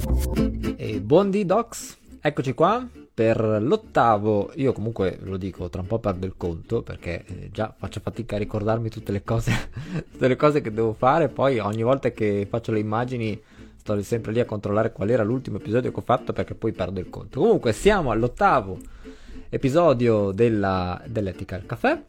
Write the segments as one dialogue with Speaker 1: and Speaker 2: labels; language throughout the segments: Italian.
Speaker 1: E buondì Docs, eccoci qua per l'8º. Io comunque lo dico, tra un po' perdo il conto perché già faccio fatica a ricordarmi tutte le cose tutte le cose che devo fare. Poi ogni volta che faccio le immagini sto sempre lì a controllare qual era l'ultimo episodio che ho fatto, perché poi perdo il conto. Comunque siamo all'8º episodio dell'Ethical Café.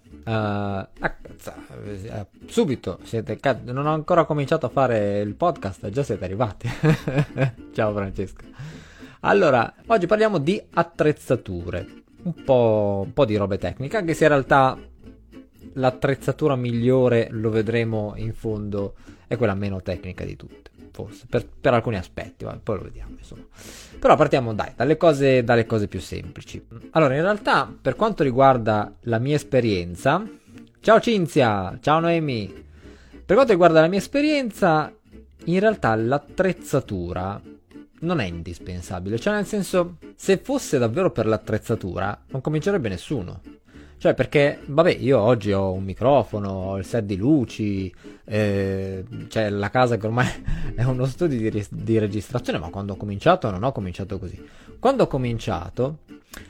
Speaker 1: Subito non ho ancora cominciato a fare il podcast e già siete arrivati. Ciao Francesca. Allora, oggi parliamo di attrezzature, un po' di robe tecniche, anche se in realtà l'attrezzatura migliore, lo vedremo in fondo, è quella meno tecnica di tutte, forse, per alcuni aspetti, poi lo vediamo, insomma. Però partiamo dalle cose più semplici. Allora, in realtà, per quanto riguarda la mia esperienza, ciao Cinzia, ciao Noemi, per quanto riguarda la mia esperienza, in realtà l'attrezzatura non è indispensabile, cioè nel senso, se fosse davvero per l'attrezzatura non comincerebbe nessuno. Cioè, perché, vabbè, io oggi ho un microfono, ho il set di luci, cioè la casa che ormai è uno studio di registrazione, ma quando ho cominciato non ho cominciato così. Quando ho cominciato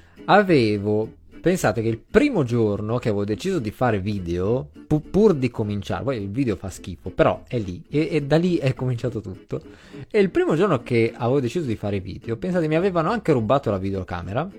Speaker 1: pensate che il primo giorno che avevo deciso di fare video, pur di cominciare, poi il video fa schifo, però è lì, e da lì è cominciato tutto. E il primo giorno che avevo deciso di fare video, pensate, mi avevano anche rubato la videocamera,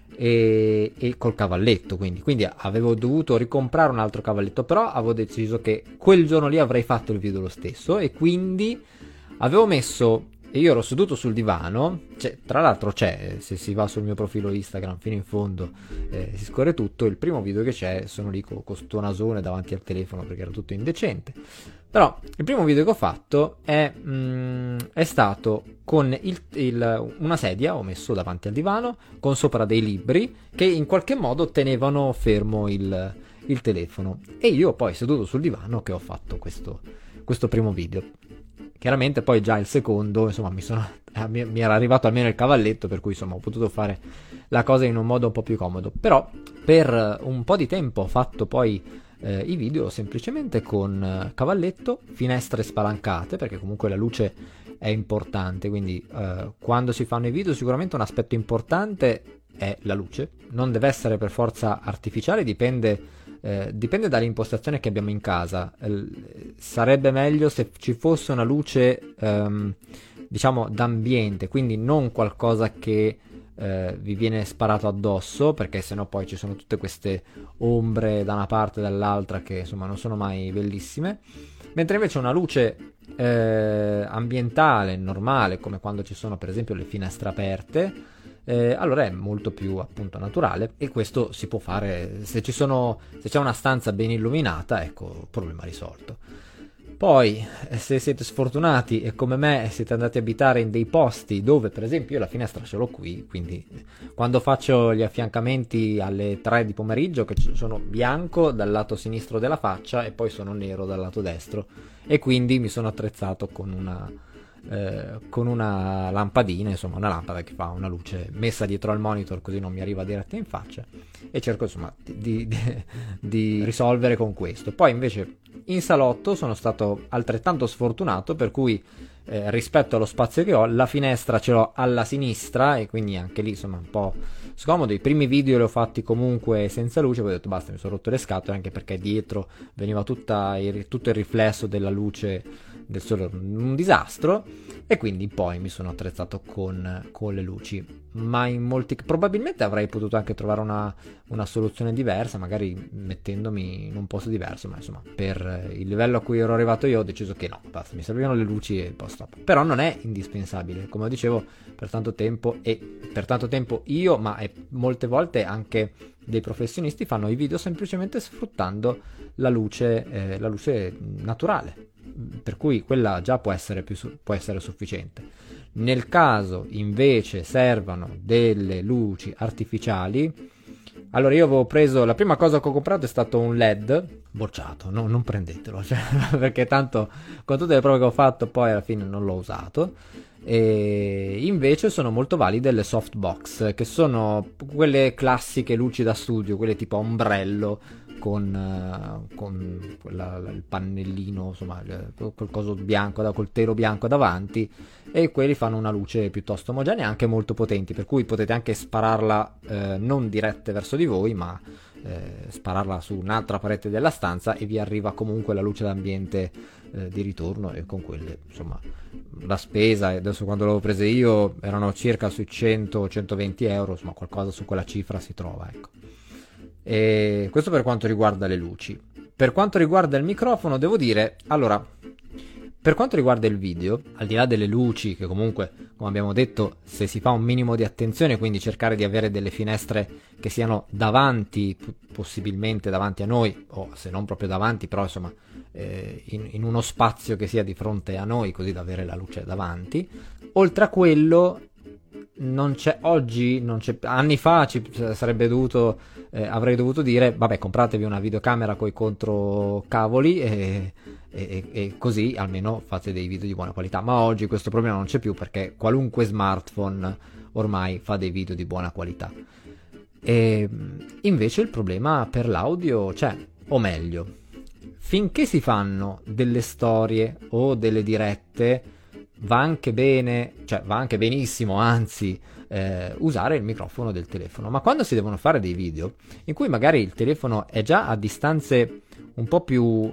Speaker 1: e col cavalletto, quindi avevo dovuto ricomprare un altro cavalletto, però avevo deciso che quel giorno lì avrei fatto il video lo stesso, e quindi avevo messo, e io ero seduto sul divano, tra l'altro c'è, se si va sul mio profilo Instagram fino in fondo si scorre tutto, il primo video che c'è sono lì con sto nasone davanti al telefono perché era tutto indecente. Però il primo video che ho fatto è stato con una sedia, ho messo davanti al divano, con sopra dei libri che in qualche modo tenevano fermo il telefono. E io poi seduto sul divano che ho fatto questo primo video. Chiaramente poi già il secondo, insomma, mi era arrivato almeno il cavalletto, per cui insomma ho potuto fare la cosa in un modo un po' più comodo. Però per un po' di tempo ho fatto poi i video semplicemente con cavalletto, finestre spalancate, perché comunque la luce è importante, quindi quando si fanno i video sicuramente un aspetto importante è la luce. Non deve essere per forza artificiale, dipende dall'impostazione che abbiamo in casa. Sarebbe meglio se ci fosse una luce diciamo d'ambiente, quindi non qualcosa che vi viene sparato addosso, perché sennò poi ci sono tutte queste ombre da una parte e dall'altra che insomma non sono mai bellissime. Mentre invece una luce ambientale, normale, come quando ci sono per esempio le finestre aperte, allora è molto più appunto naturale, e questo si può fare se c'è una stanza ben illuminata, ecco, problema risolto. Poi se siete sfortunati e come me siete andati a abitare in dei posti dove per esempio io la finestra ce l'ho qui, quindi quando faccio gli affiancamenti alle 3 di pomeriggio, che sono bianco dal lato sinistro della faccia e poi sono nero dal lato destro, e quindi mi sono attrezzato con una lampadina, insomma una lampada che fa una luce messa dietro al monitor, così non mi arriva diretta in faccia, e cerco insomma di risolvere con questo. Poi invece in salotto sono stato altrettanto sfortunato, per cui rispetto allo spazio che ho, la finestra ce l'ho alla sinistra, e quindi anche lì insomma un po' scomodo. I primi video li ho fatti comunque senza luce, poi ho detto basta, mi sono rotto le scatole, anche perché dietro veniva tutto il riflesso della luce del sole, un disastro, e quindi poi mi sono attrezzato con le luci. Ma probabilmente avrei potuto anche trovare una soluzione diversa, magari mettendomi in un posto diverso, ma insomma per il livello a cui ero arrivato io ho deciso che no, basta, mi servivano le luci e poi stop. Però non è indispensabile, come dicevo, per tanto tempo io, ma molte volte anche dei professionisti fanno i video semplicemente sfruttando la luce naturale, per cui quella già può essere sufficiente. Nel caso invece servano delle luci artificiali, allora io avevo preso, la prima cosa che ho comprato è stato un LED bocciato, no, non prendetelo, cioè, perché tanto con tutte le prove che ho fatto poi alla fine non l'ho usato. E invece sono molto valide le softbox, che sono quelle classiche luci da studio, quelle tipo ombrello con il pannellino, insomma, col coso bianco, col telo bianco davanti, e quelli fanno una luce piuttosto omogenea e anche molto potenti, per cui potete anche spararla non dirette verso di voi, ma spararla su un'altra parete della stanza e vi arriva comunque la luce d'ambiente di ritorno, e con quelle, insomma, la spesa, adesso quando l'avevo prese io erano circa sui 100-120 euro, insomma qualcosa su quella cifra si trova, ecco. E questo per quanto riguarda le luci. Per quanto riguarda il microfono, devo dire, allora, per quanto riguarda il video, al di là delle luci, che comunque, come abbiamo detto, se si fa un minimo di attenzione, quindi cercare di avere delle finestre che siano davanti, possibilmente davanti a noi, o se non proprio davanti, però insomma in uno spazio che sia di fronte a noi, così da avere la luce davanti. Oltre a quello, non c'è oggi, non c'è, anni fa sarebbe dovuto, avrei dovuto dire, vabbè, compratevi una videocamera coi controcavoli e così almeno fate dei video di buona qualità. Ma oggi questo problema non c'è più, perché qualunque smartphone ormai fa dei video di buona qualità. E invece il problema per l'audio c'è, o meglio, finché si fanno delle storie o delle dirette, va anche bene, cioè va anche benissimo, anzi, usare il microfono del telefono. Ma quando si devono fare dei video in cui magari il telefono è già a distanze un po' più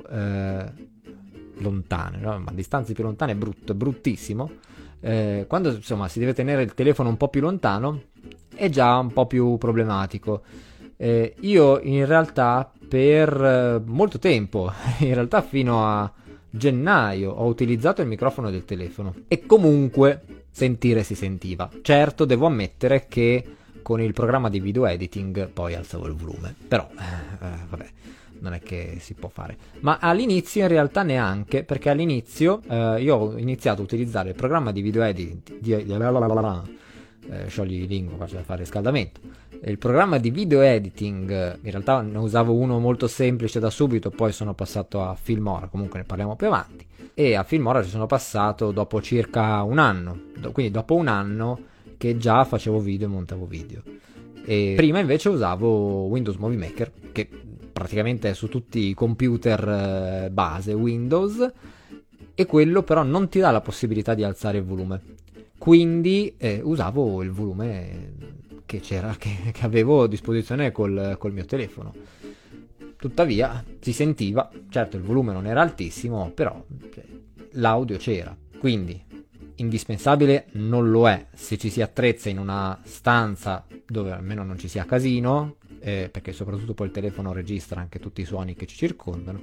Speaker 1: lontane, no? Ma a distanze più lontane è brutto, è bruttissimo. Quando insomma si deve tenere il telefono un po' più lontano è già un po' più problematico. Io in realtà per molto tempo, in realtà fino a gennaio, ho utilizzato il microfono del telefono e comunque sentire si sentiva. Certo, devo ammettere che con il programma di video editing poi alzavo il volume, però vabbè, non è che si può fare. Ma all'inizio in realtà neanche, perché all'inizio io ho iniziato a utilizzare il programma di video editing sciogli lingua, faccio da fare riscaldamento. Il programma di video editing, in realtà ne usavo uno molto semplice da subito, poi sono passato a Filmora, comunque ne parliamo più avanti, e a Filmora ci sono passato dopo circa un anno, quindi dopo un anno che già facevo video e montavo video. E prima invece usavo Windows Movie Maker, che praticamente è su tutti i computer base Windows, e quello però non ti dà la possibilità di alzare il volume. Quindi usavo il volume che c'era, che avevo a disposizione col mio telefono. Tuttavia si sentiva, certo il volume non era altissimo, però l'audio c'era. Quindi indispensabile non lo è se ci si attrezza in una stanza dove almeno non ci sia casino, perché soprattutto poi il telefono registra anche tutti i suoni che ci circondano.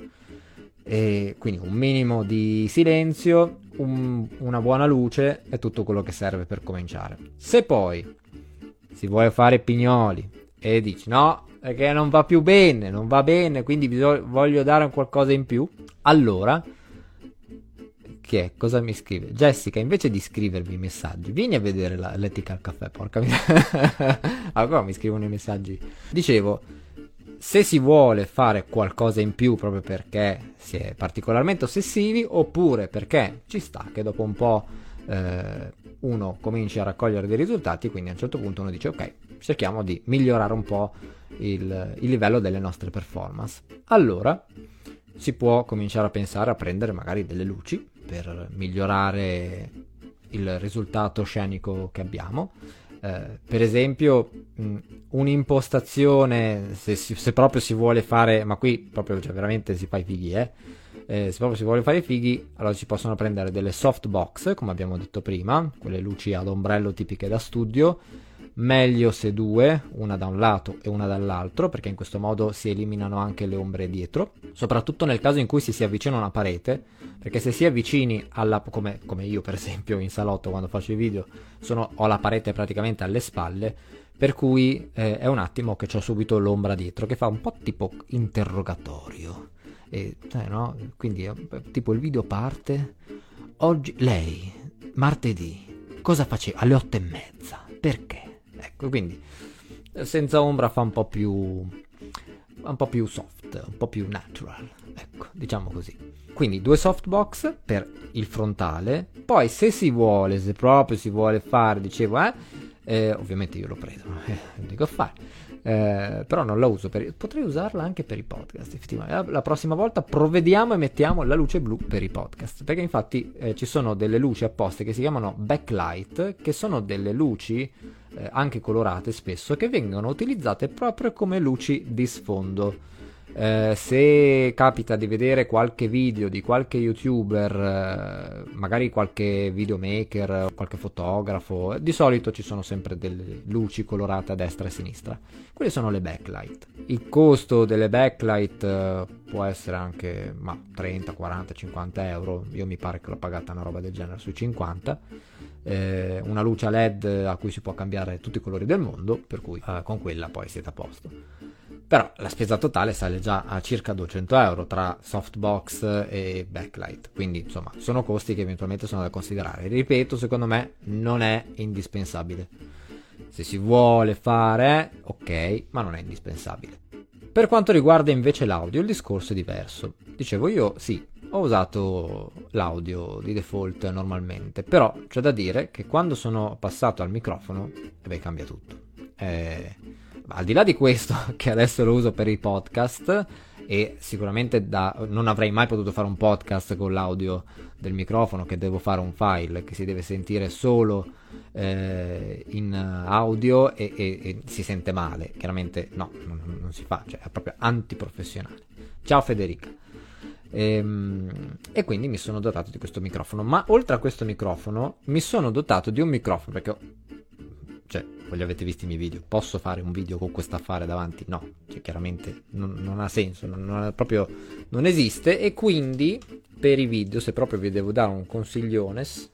Speaker 1: E quindi un minimo di silenzio, una buona luce è tutto quello che serve per cominciare. Se poi si vuole fare pignoli e dici no, perché non va più bene, non va bene, quindi voglio dare un qualcosa in più, allora che è? Cosa mi scrive? Jessica, invece di scrivervi i messaggi, vieni a vedere l'etica al caffè, porca miseria. Allora mi scrivono i messaggi. Dicevo, se si vuole fare qualcosa in più proprio perché si è particolarmente ossessivi, oppure perché ci sta che dopo un po' uno cominci a raccogliere dei risultati, quindi a un certo punto uno dice ok, cerchiamo di migliorare un po' il livello delle nostre performance. Allora si può cominciare a pensare a prendere magari delle luci per migliorare il risultato scenico che abbiamo. Per esempio un'impostazione, se proprio si vuole fare, ma qui proprio cioè, veramente si fa i fighi, se proprio si vuole fare i fighi, allora si possono prendere delle softbox, come abbiamo detto prima, quelle luci ad ombrello tipiche da studio, meglio se due, una da un lato e una dall'altro, perché in questo modo si eliminano anche le ombre dietro, soprattutto nel caso in cui si avvicina a una parete, perché se si avvicini come io per esempio in salotto quando faccio i video ho la parete praticamente alle spalle, per cui è un attimo che c'ho subito l'ombra dietro che fa un po' tipo interrogatorio, no? Quindi tipo il video parte, oggi lei martedì cosa faceva alle 8:30, perché? Ecco, quindi senza ombra fa un po' più soft, un po' più natural. ecco, diciamo così. Quindi 2 softbox per il frontale, poi se proprio si vuole fare, dicevo, ovviamente io l'ho preso, non dico fare, però non la uso, potrei usarla anche per i podcast, effettivamente. La prossima volta provvediamo e mettiamo la luce blu per i podcast, perché infatti ci sono delle luci apposte che si chiamano backlight, che sono delle luci anche colorate spesso, che vengono utilizzate proprio come luci di sfondo. Se capita di vedere qualche video di qualche youtuber, magari qualche videomaker, qualche fotografo, di solito ci sono sempre delle luci colorate a destra e a sinistra. Quelle sono le backlight. Il costo delle backlight può essere anche 30, 40, 50 euro. Io mi pare che l'ho pagata una roba del genere sui 50. Una luce a LED a cui si può cambiare tutti i colori del mondo, per cui con quella poi siete a posto. Però la spesa totale sale già a circa 200 euro tra softbox e backlight, quindi insomma sono costi che eventualmente sono da considerare. Ripeto, secondo me non è indispensabile. Se si vuole fare, ok, ma non è indispensabile. Per quanto riguarda invece l'audio, il discorso è diverso. Dicevo, io sì, ho usato l'audio di default normalmente, però c'è da dire che quando sono passato al microfono, cambia tutto. Al di là di questo, che adesso lo uso per i podcast, e sicuramente non avrei mai potuto fare un podcast con l'audio del microfono, che devo fare un file che si deve sentire solo in audio e si sente male. Chiaramente no, non si fa, cioè è proprio antiprofessionale. Ciao Federica. E quindi mi sono dotato di questo microfono, ma oltre a questo microfono mi sono dotato di un microfono, perché voi avete visto i miei video, posso fare un video con questo affare davanti? No, chiaramente non ha senso, non esiste, e quindi per i video, se proprio vi devo dare un consigliones,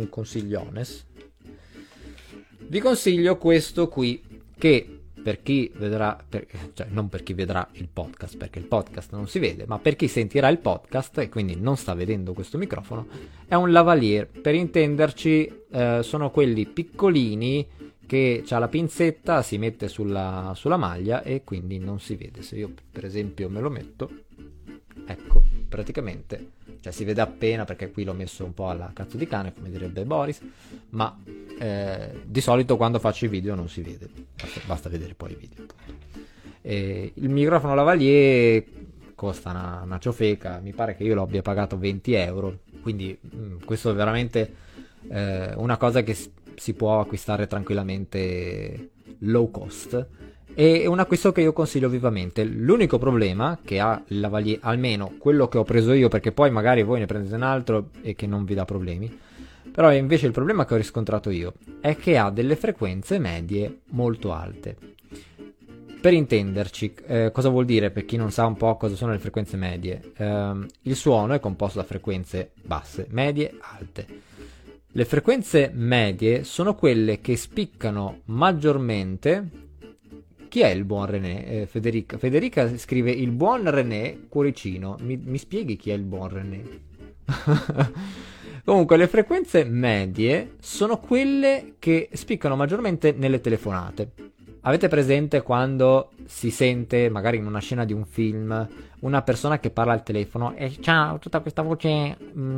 Speaker 1: vi consiglio questo qui, che per chi vedrà, non per chi vedrà il podcast, perché il podcast non si vede, ma per chi sentirà il podcast e quindi non sta vedendo questo microfono, è un lavalier. Per intenderci, sono quelli piccolini che c'ha la pinzetta, si mette sulla maglia e quindi non si vede. Se io per esempio me lo metto, ecco, praticamente, si vede appena, perché qui l'ho messo un po' alla cazzo di cane, come direbbe Boris, ma di solito quando faccio i video non si vede, basta vedere poi i video. Il microfono lavalier costa una ciofeca, mi pare che io lo abbia pagato 20 euro, quindi questo è veramente una cosa che si può acquistare tranquillamente low cost, e è un acquisto che io consiglio vivamente. L'unico problema che ha il lavalier, almeno quello che ho preso io, perché poi magari voi ne prendete un altro e che non vi dà problemi, però invece il problema che ho riscontrato io è che ha delle frequenze medie molto alte. Per intenderci, cosa vuol dire per chi non sa un po' cosa sono le frequenze medie? Il suono è composto da frequenze basse, medie, alte. Le frequenze medie sono quelle che spiccano maggiormente. Chi è il buon René? Federica. Federica scrive: il buon René cuoricino. Mi spieghi chi è il buon René? Comunque, le frequenze medie sono quelle che spiccano maggiormente nelle telefonate. Avete presente quando si sente, magari in una scena di un film, una persona che parla al telefono e ciao, tutta questa voce,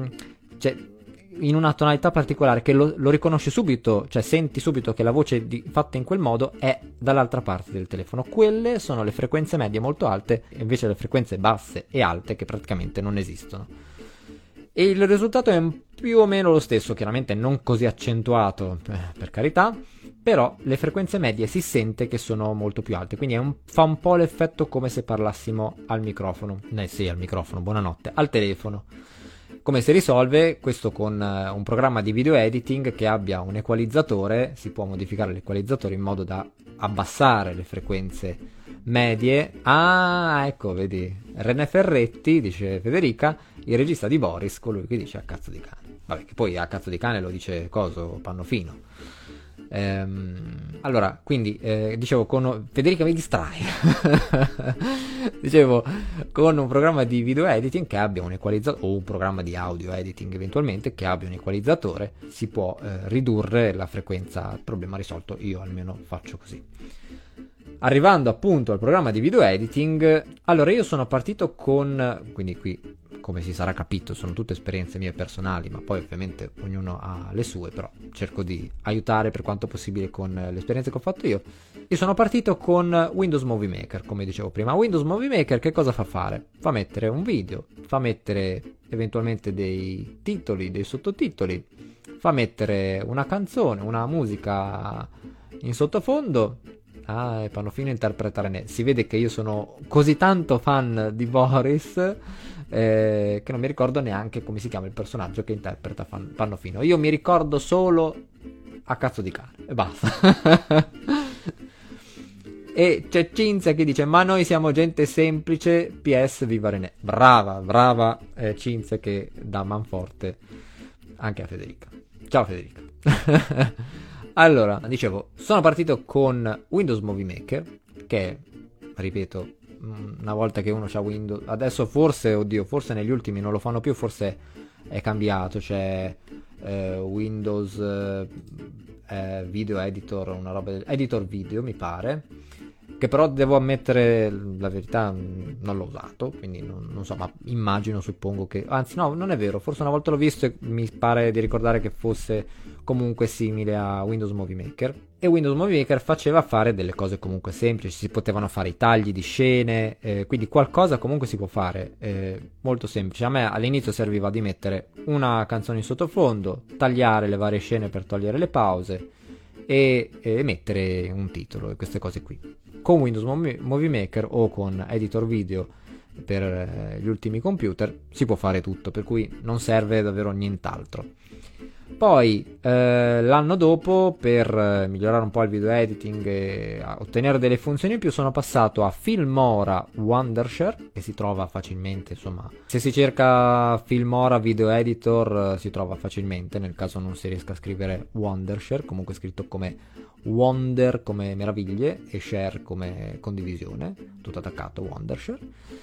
Speaker 1: in una tonalità particolare, che lo riconosci subito, senti subito che la voce fatta in quel modo è dall'altra parte del telefono. Quelle sono le frequenze medie molto alte, invece le frequenze basse e alte che praticamente non esistono. E il risultato è più o meno lo stesso, chiaramente non così accentuato, per carità, però le frequenze medie si sente che sono molto più alte, quindi fa un po' l'effetto come se parlassimo al microfono. Sì, al microfono, buonanotte, al telefono. Come si risolve? Questo con un programma di video editing che abbia un equalizzatore. Si può modificare l'equalizzatore in modo da abbassare le frequenze medie. Ah, ecco, vedi, René Ferretti, dice Federica, il regista di Boris, colui che dice a cazzo di cane. Vabbè, che poi a cazzo di cane lo dice Pannofino. Allora, quindi dicevo, con Federica mi distrae. Dicevo, con un programma di video editing che abbia un equalizzatore, o un programma di audio editing eventualmente che abbia un equalizzatore, si può ridurre la frequenza. Il problema risolto, io almeno faccio così. Arrivando appunto al programma di video editing, allora io sono partito con, quindi qui come si sarà capito sono tutte esperienze mie personali, ma poi ovviamente ognuno ha le sue, però cerco di aiutare per quanto possibile con le esperienze che ho fatto io. Io sono partito con Windows Movie Maker, come dicevo prima. Windows Movie Maker che cosa fa fare? Fa mettere un video, fa mettere eventualmente dei titoli, dei sottotitoli, fa mettere una canzone, una musica in sottofondo. E Pannofino interpretare si vede che io sono così tanto fan di Boris che non mi ricordo neanche come si chiama il personaggio che interpreta Pannofino. Io mi ricordo solo a cazzo di cane e basta. E c'è Cinzia che dice: ma noi siamo gente semplice, PS viva René. Brava Cinzia, che dà manforte anche a Federica. Ciao Federica. Allora, dicevo, sono partito con Windows Movie Maker, che, ripeto, una volta che uno c'ha Windows, adesso forse negli ultimi non lo fanno più, forse è cambiato, c'è Windows Video Editor, una roba Editor Video mi pare, che però devo ammettere la verità non l'ho usato, quindi non so, ma immagino, suppongo che, anzi no, non è vero, forse una volta l'ho visto e mi pare di ricordare che fosse comunque simile a Windows Movie Maker. E Windows Movie Maker faceva fare delle cose comunque semplici, si potevano fare i tagli di scene, quindi qualcosa comunque si può fare, molto semplice. A me all'inizio serviva di mettere una canzone in sottofondo, tagliare le varie scene per togliere le pause e mettere un titolo e queste cose qui. Con Windows Movie Maker o con Editor Video per gli ultimi computer si può fare tutto, per cui non serve davvero nient'altro. Poi l'anno dopo, per migliorare un po' il video editing e ottenere delle funzioni in più, sono passato a Filmora Wondershare, che si trova facilmente, insomma, se si cerca Filmora Video Editor si trova facilmente, nel caso non si riesca a scrivere Wondershare, comunque scritto come Wonder come meraviglie e share come condivisione, tutto attaccato, Wondershare.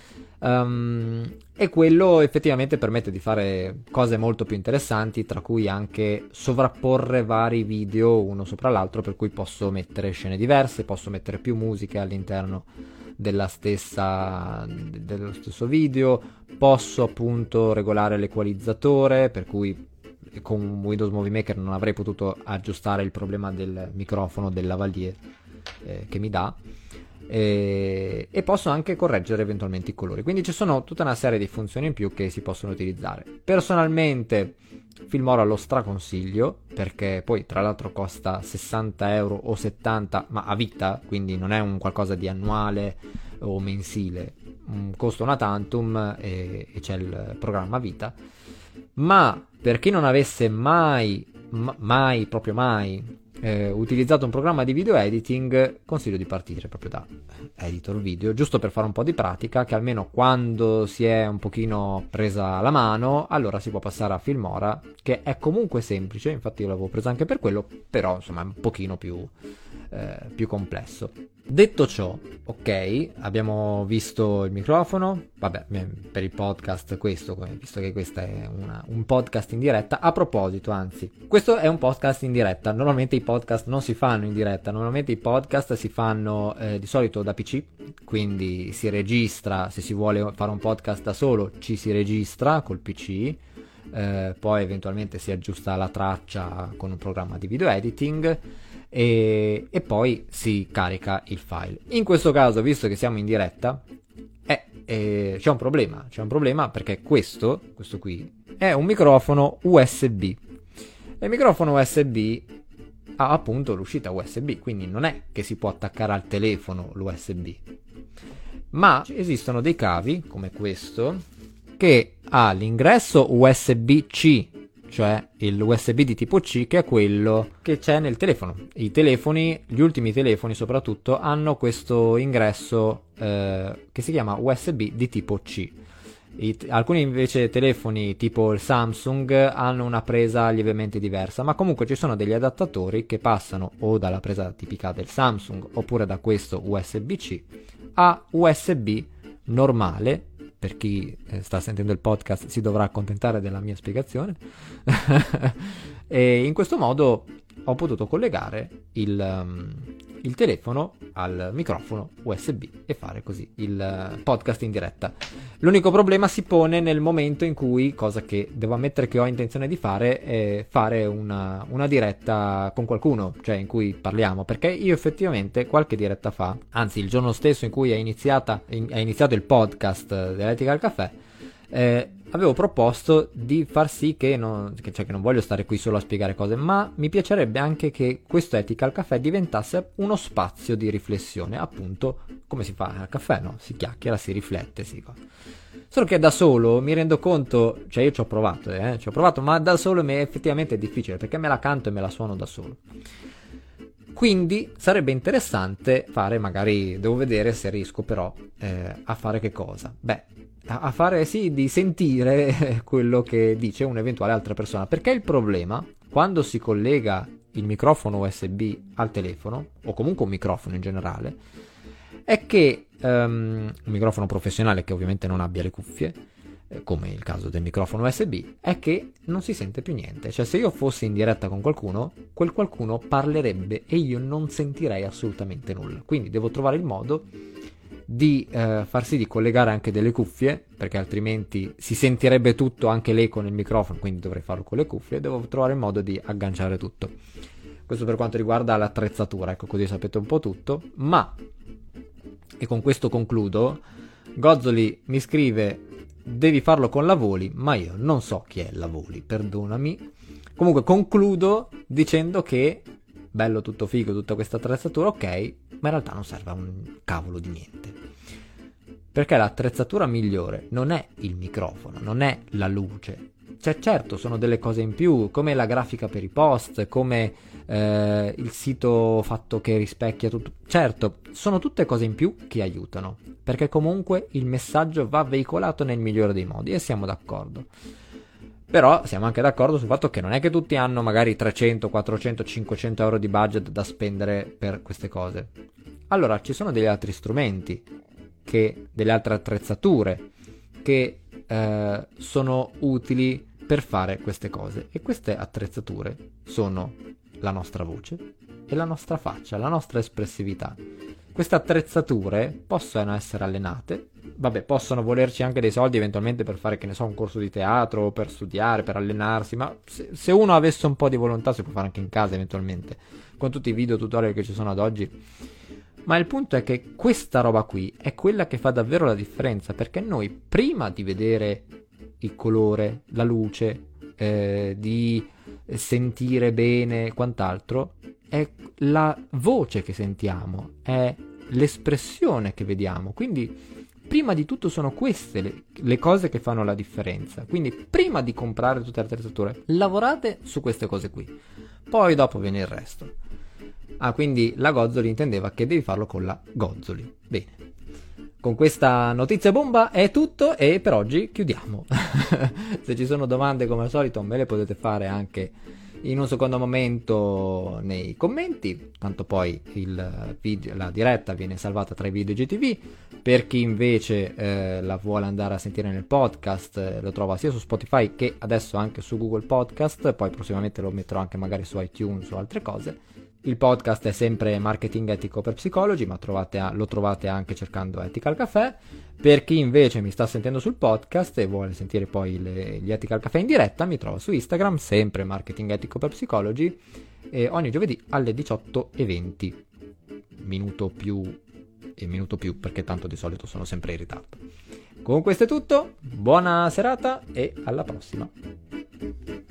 Speaker 1: E quello effettivamente permette di fare cose molto più interessanti, tra cui anche sovrapporre vari video uno sopra l'altro, per cui posso mettere scene diverse, posso mettere più musiche all'interno dello stesso video, posso appunto regolare l'equalizzatore, per cui con Windows Movie Maker non avrei potuto aggiustare il problema del microfono del lavalier che mi dà, e posso anche correggere eventualmente i colori, quindi ci sono tutta una serie di funzioni in più che si possono utilizzare. Personalmente Filmora lo straconsiglio, perché poi tra l'altro costa 60 euro o 70, ma a vita, quindi non è un qualcosa di annuale o mensile, costa una tantum e c'è il programma a vita. Ma per chi non avesse mai utilizzato un programma di video editing, consiglio di partire proprio da Editor Video, giusto per fare un po' di pratica, che almeno quando si è un pochino presa la mano, allora si può passare a Filmora, che è comunque semplice, infatti io l'avevo presa anche per quello, però insomma è un pochino più complesso. Detto ciò, ok, abbiamo visto il microfono, vabbè, per il podcast questo, visto che questo è un podcast in diretta. A proposito, anzi, questo è un podcast in diretta, normalmente i podcast non si fanno in diretta, normalmente i podcast si fanno di solito da PC, quindi si registra, se si vuole fare un podcast da solo ci si registra col PC, poi eventualmente si aggiusta la traccia con un programma di video editing e poi si carica il file. In questo caso, visto che siamo in diretta, c'è un problema perché questo qui è un microfono USB e il microfono USB ha appunto l'uscita USB, quindi non è che si può attaccare al telefono l'USB, ma esistono dei cavi come questo che ha l'ingresso USB-C, cioè l'USB di tipo C, che è quello che c'è nel telefono. I telefoni, gli ultimi telefoni soprattutto, hanno questo ingresso che si chiama USB di tipo C. Alcuni invece telefoni tipo il Samsung hanno una presa lievemente diversa, ma comunque ci sono degli adattatori che passano o dalla presa tipica del Samsung oppure da questo USB-C a USB normale. Per chi sta sentendo il podcast si dovrà accontentare della mia spiegazione. E in questo modo ho potuto collegare il il telefono al microfono USB e fare così il podcast in diretta. L'unico problema si pone nel momento in cui, cosa che devo ammettere che ho intenzione di fare, è fare una diretta con qualcuno, cioè in cui parliamo, perché io effettivamente qualche diretta fa, anzi il giorno stesso in cui è iniziato il podcast dell'Etica al Caffè, avevo proposto di far sì che non voglio stare qui solo a spiegare cose, ma mi piacerebbe anche che questo Etica al Caffè diventasse uno spazio di riflessione, appunto come si fa al caffè, no? Si chiacchiera, si riflette, Solo che da solo mi rendo conto, cioè io ci ho provato, ma da solo effettivamente è difficile, perché me la canto e me la suono da solo. Quindi sarebbe interessante fare, magari devo vedere se riesco però a fare che cosa? A fare sì, di sentire quello che dice un'eventuale altra persona, perché il problema, quando si collega il microfono USB al telefono, o comunque un microfono in generale, è che un microfono professionale che ovviamente non abbia le cuffie, come il caso del microfono USB, è che non si sente più niente. Cioè, se io fossi in diretta con qualcuno, quel qualcuno parlerebbe e io non sentirei assolutamente nulla. Quindi devo trovare il modo di far sì di collegare anche delle cuffie, perché altrimenti si sentirebbe tutto, anche l'eco nel microfono, quindi dovrei farlo con le cuffie. Devo trovare il modo di agganciare tutto. Questo per quanto riguarda l'attrezzatura, ecco, così sapete un po' tutto. Ma, e con questo concludo, Gozzoli mi scrive: devi farlo con la Voli, ma io non so chi è la Voli, perdonami. Comunque concludo dicendo che bello, tutto figo, tutta questa attrezzatura, ok, ma in realtà non serve a un cavolo di niente, perché l'attrezzatura migliore non è il microfono, non è la luce. Cioè, certo, sono delle cose in più, come la grafica per i post, come il sito fatto che rispecchia tutto. Certo, sono tutte cose in più che aiutano, perché comunque il messaggio va veicolato nel migliore dei modi, e siamo d'accordo. Però siamo anche d'accordo sul fatto che non è che tutti hanno magari 300, 400, 500 euro di budget da spendere per queste cose. Allora ci sono degli altri strumenti, delle altre attrezzature che sono utili per fare queste cose, e queste attrezzature sono la nostra voce e la nostra faccia, la nostra espressività. Queste attrezzature possono essere allenate, possono volerci anche dei soldi eventualmente per fare, che ne so, un corso di teatro, o per studiare, per allenarsi, ma se uno avesse un po' di volontà si può fare anche in casa eventualmente, con tutti i video tutorial che ci sono ad oggi. Ma il punto è che questa roba qui è quella che fa davvero la differenza, perché noi, prima di vedere il colore, la luce, di sentire bene e quant'altro, è la voce che sentiamo, è l'espressione che vediamo. Quindi prima di tutto sono queste le cose che fanno la differenza. Quindi prima di comprare tutte le attrezzature, lavorate su queste cose qui, poi dopo viene il resto. Quindi la Gozzoli intendeva che devi farlo con la Gozzoli. Bene, con questa notizia bomba è tutto, e per oggi chiudiamo. Se ci sono domande, come al solito, me le potete fare anche in un secondo momento nei commenti, tanto poi la diretta viene salvata tra i video IGTV. Per chi invece la vuole andare a sentire nel podcast, lo trova sia su Spotify che adesso anche su Google Podcast, poi prossimamente lo metterò anche magari su iTunes o altre cose. Il podcast è sempre Marketing Etico per Psicologi, ma lo trovate anche cercando Ethical Caffè. Per chi invece mi sta sentendo sul podcast e vuole sentire poi gli Ethical Caffè in diretta, mi trova su Instagram, sempre Marketing Etico per Psicologi, e ogni giovedì alle 18:20, minuto più, perché tanto di solito sono sempre in ritardo. Con questo è tutto, buona serata e alla prossima.